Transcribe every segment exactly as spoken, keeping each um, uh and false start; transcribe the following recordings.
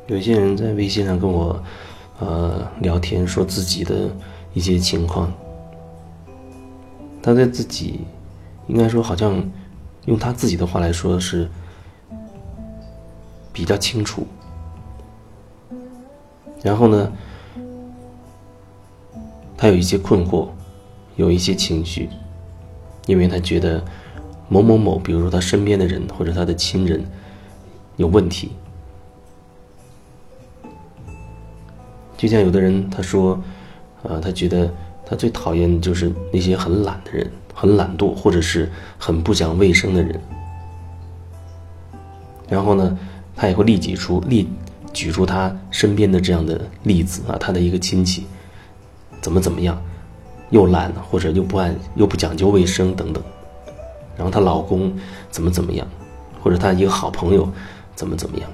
有一些人在微信上跟我呃聊天，说自己的一些情况，他对自己应该说好像用他自己的话来说是比较清楚，然后呢他有一些困惑，有一些情绪，因为他觉得某某某，比如说他身边的人或者他的亲人有问题。就像有的人他说呃，他觉得他最讨厌就是那些很懒的人，很懒惰或者是很不讲卫生的人。然后呢他也会立即出立举出他身边的这样的例子啊，他的一个亲戚怎么怎么样，又懒或者又不按又不讲究卫生等等。然后她老公怎么怎么样，或者她一个好朋友怎么怎么样。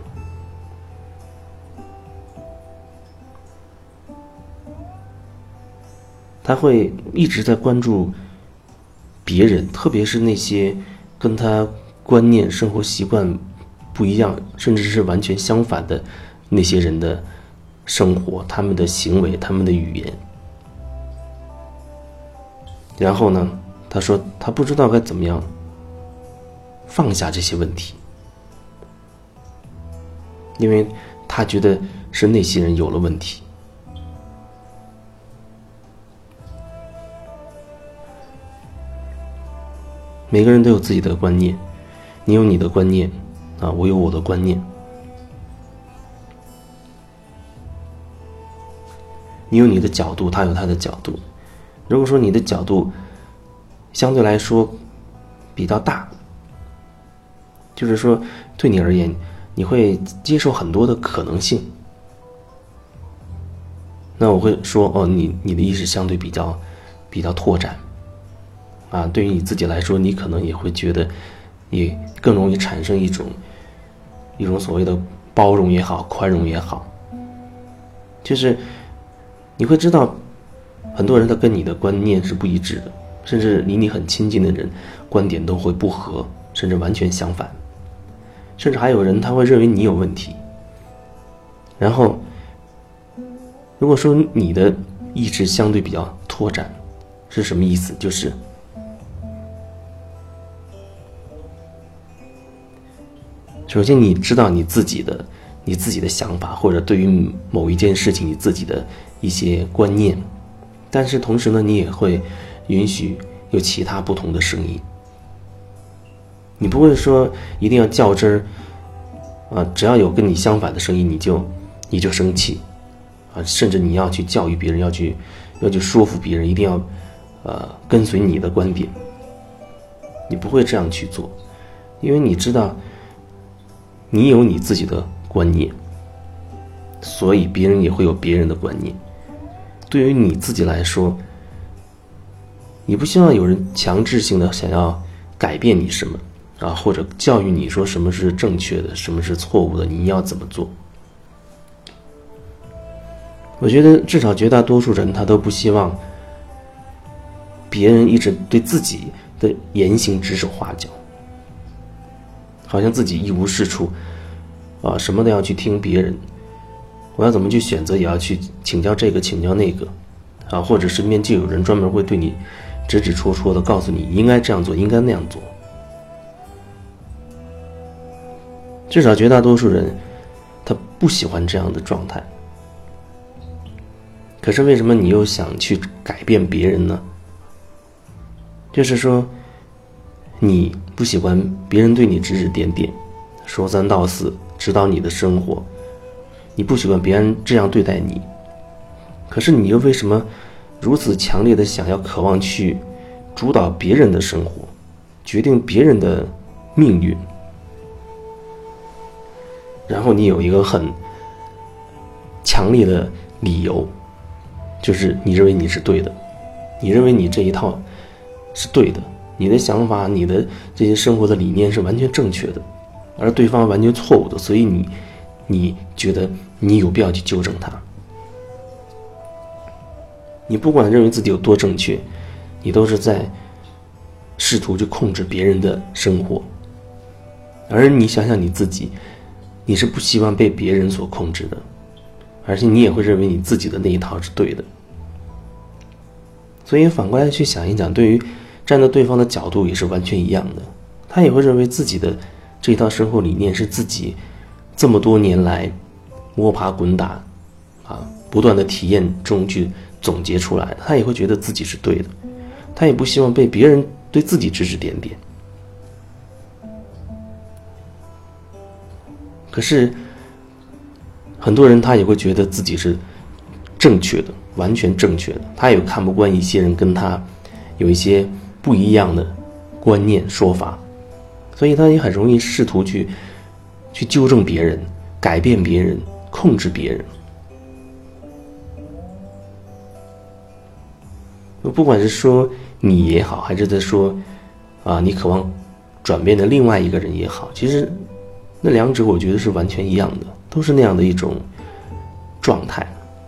他会一直在关注别人，特别是那些跟他观念、生活习惯不一样，甚至是完全相反的那些人的生活、他们的行为、他们的语言。然后呢，他说他不知道该怎么样放下这些问题，因为他觉得是那些人有了问题。每个人都有自己的观念，你有你的观念啊，我有我的观念。你有你的角度，他有他的角度。如果说你的角度相对来说比较大，就是说对你而言你会接受很多的可能性，那我会说哦，你你的意识相对比较比较拓展啊，对于你自己来说，你可能也会觉得你更容易产生一种一种所谓的包容也好，宽容也好，就是你会知道很多人他跟你的观念是不一致的，甚至离你很亲近的人观点都会不合，甚至完全相反，甚至还有人他会认为你有问题。然后如果说你的意志相对比较拓展是什么意思，就是首先你知道你自己的你自己的想法，或者对于某一件事情你自己的一些观念，但是同时呢你也会允许有其他不同的声音。你不会说一定要较真儿啊，只要有跟你相反的声音你就你就生气啊，甚至你要去教育别人，要去要去说服别人，一定要呃跟随你的观点。你不会这样去做，因为你知道你有你自己的观念，所以别人也会有别人的观念。对于你自己来说，你不希望有人强制性的想要改变你什么啊，或者教育你说什么是正确的，什么是错误的，你要怎么做。我觉得至少绝大多数人他都不希望别人一直对自己的言行指手画脚，好像自己一无是处啊，什么都要去听别人，我要怎么去选择也要去请教这个请教那个啊，或者身边就有人专门会对你指指戳戳的告诉你应该这样做，应该那样做。至少绝大多数人他不喜欢这样的状态，可是为什么你又想去改变别人呢？就是说你不喜欢别人对你指指点点，说三道四，指导你的生活，你不喜欢别人这样对待你，可是你又为什么如此强烈的想要渴望去主导别人的生活，决定别人的命运？然后你有一个很强烈的理由，就是你认为你是对的，你认为你这一套是对的，你的想法，你的这些生活的理念是完全正确的，而对方完全错误的，所以你你觉得你有必要去纠正他。你不管认为自己有多正确，你都是在试图去控制别人的生活。而你想想你自己， 你是不希望被别人所控制的，而且你也会认为你自己的那一套是对的。所以反过来去想一想，对于站在对方的角度也是完全一样的，他也会认为自己的这一套生活理念是自己这么多年来摸爬滚打啊，不断的体验中去总结出来的，他也会觉得自己是对的，他也不希望被别人对自己指指点点。可是很多人他也会觉得自己是正确的，完全正确的，他也看不惯一些人跟他有一些不一样的观念说法，所以他也很容易试图去去纠正别人，改变别人，控制别人。不管是说你也好，还是在说啊，你渴望转变的另外一个人也好，其实那两者我觉得是完全一样的，都是那样的一种状态，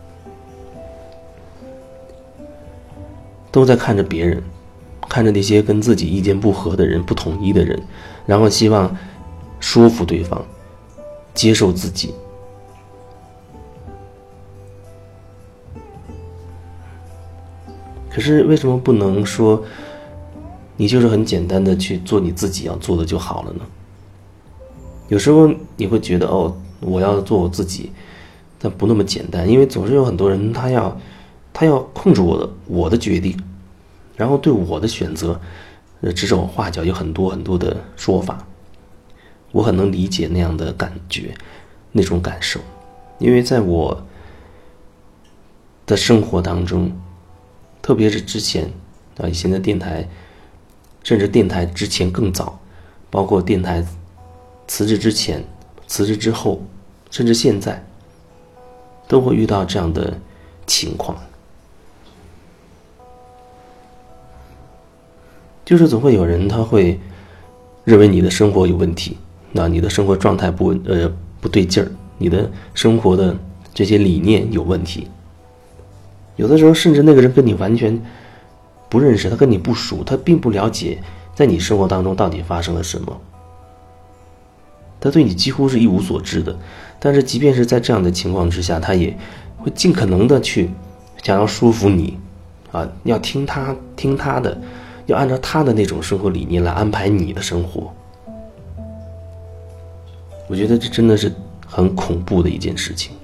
都在看着别人，看着那些跟自己意见不合的人，不统一的人，然后希望说服对方接受自己。可是为什么不能说你就是很简单的去做你自己要做的就好了呢？有时候你会觉得哦，我要做我自己，但不那么简单，因为总是有很多人他要他要控制我的我的决定，然后对我的选择呃指手画脚，有很多很多的说法。我很能理解那样的感觉，那种感受，因为在我的生活当中，特别是之前啊，以前的电台，甚至电台之前更早，包括电台辞职之前、辞职之后，甚至现在，都会遇到这样的情况，就是总会有人他会认为你的生活有问题，那你的生活状态不呃不对劲儿，你的生活的这些理念有问题。有的时候甚至那个人跟你完全不认识，他跟你不熟，他并不了解在你生活当中到底发生了什么，他对你几乎是一无所知的。但是即便是在这样的情况之下，他也会尽可能的去想要说服你啊，要听他听他的，要按照他的那种生活理念来安排你的生活。我觉得这真的是很恐怖的一件事情。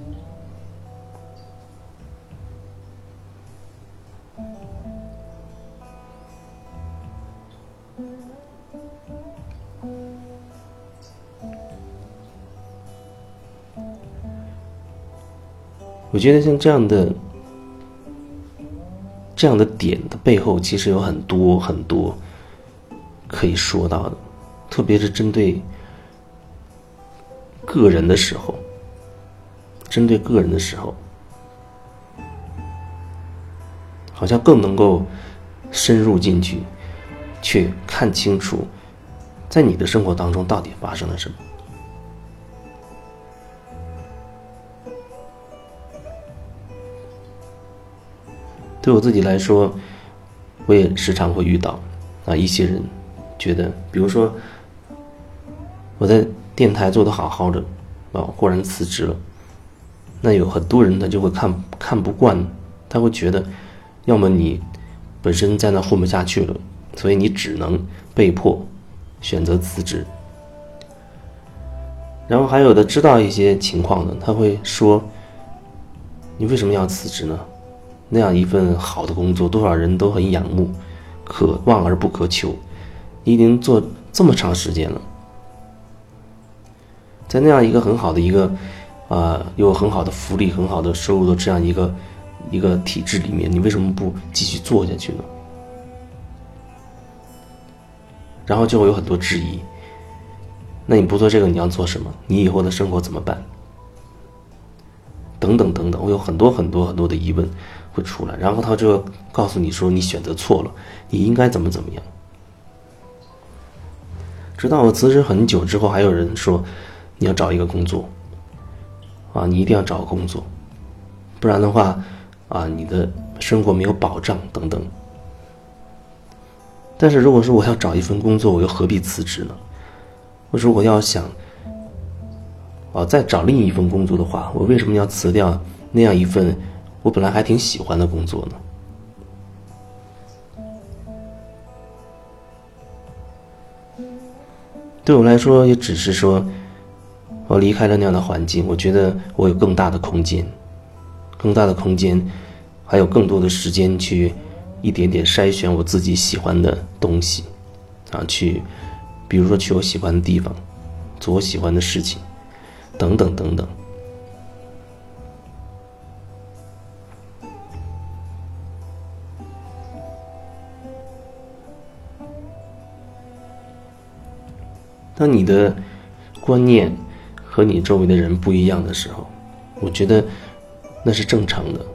我觉得像这样的这样的点的背后，其实有很多很多可以说到的，特别是针对个人的时候，针对个人的时候，好像更能够深入进去，去看清楚，在你的生活当中到底发生了什么。对我自己来说，我也时常会遇到啊一些人觉得，比如说我在电台做得好好的啊，忽然辞职了，那有很多人他就会看看不惯，他会觉得要么你本身在那混不下去了，所以你只能被迫选择辞职。然后还有的知道一些情况的，他会说，你为什么要辞职呢？那样一份好的工作，多少人都很仰慕，可望而不可求，你已经做这么长时间了，在那样一个很好的一个啊、呃，有很好的福利、很好的收入的这样一个一个体制里面，你为什么不继续做下去呢？然后就会有很多质疑，那你不做这个你要做什么？你以后的生活怎么办？等等等等，会有很多很多很多的疑问会出来，然后他就告诉你说你选择错了，你应该怎么怎么样。直到我辞职很久之后，还有人说你要找一个工作啊，你一定要找工作，不然的话啊，你的生活没有保障等等。但是如果说我要找一份工作，我又何必辞职呢？我说我要想哦，再找另一份工作的话，我为什么要辞掉那样一份我本来还挺喜欢的工作呢？对我来说，也只是说我离开了那样的环境，我觉得我有更大的空间，更大的空间，还有更多的时间去一点点筛选我自己喜欢的东西啊，去比如说去我喜欢的地方，做我喜欢的事情，等等等等。当你的观念和你周围的人不一样的时候，我觉得那是正常的，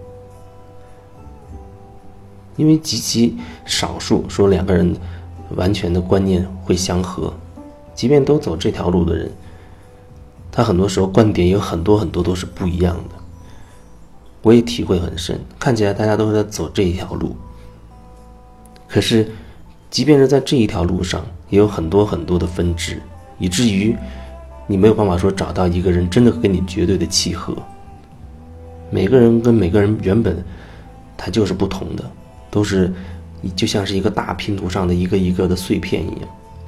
因为极其少数说两个人完全的观念会相合，即便都走这条路的人，他很多时候观点有很多很多都是不一样的。我也体会很深，看起来大家都是在走这一条路，可是即便是在这一条路上，也有很多很多的分支，以至于你没有办法说找到一个人真的跟你绝对的契合。每个人跟每个人原本他就是不同的，都是就像是一个大拼图上的一个一个的碎片一样。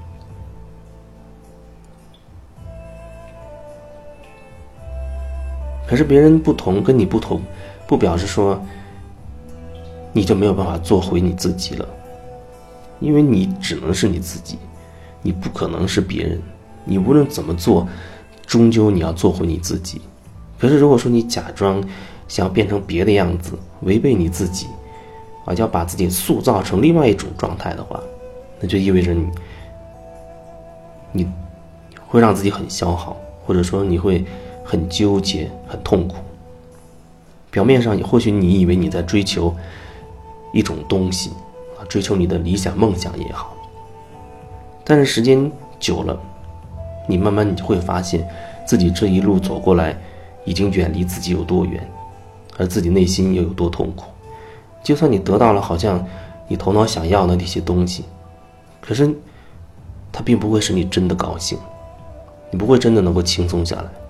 可是别人不同，跟你不同，不表示说你就没有办法做回你自己了，因为你只能是你自己，你不可能是别人，你无论怎么做，终究你要做回你自己。可是如果说你假装想要变成别的样子，违背你自己啊，要把自己塑造成另外一种状态的话，那就意味着你你会让自己很消耗，或者说你会很纠结，很痛苦。表面上或许你以为你在追求一种东西啊，追求你的理想梦想也好，但是时间久了，你慢慢你会发现自己这一路走过来已经远离自己有多远，而自己内心又有多痛苦。就算你得到了好像你头脑想要的那些东西，可是它并不会使你真的高兴，你不会真的能够轻松下来。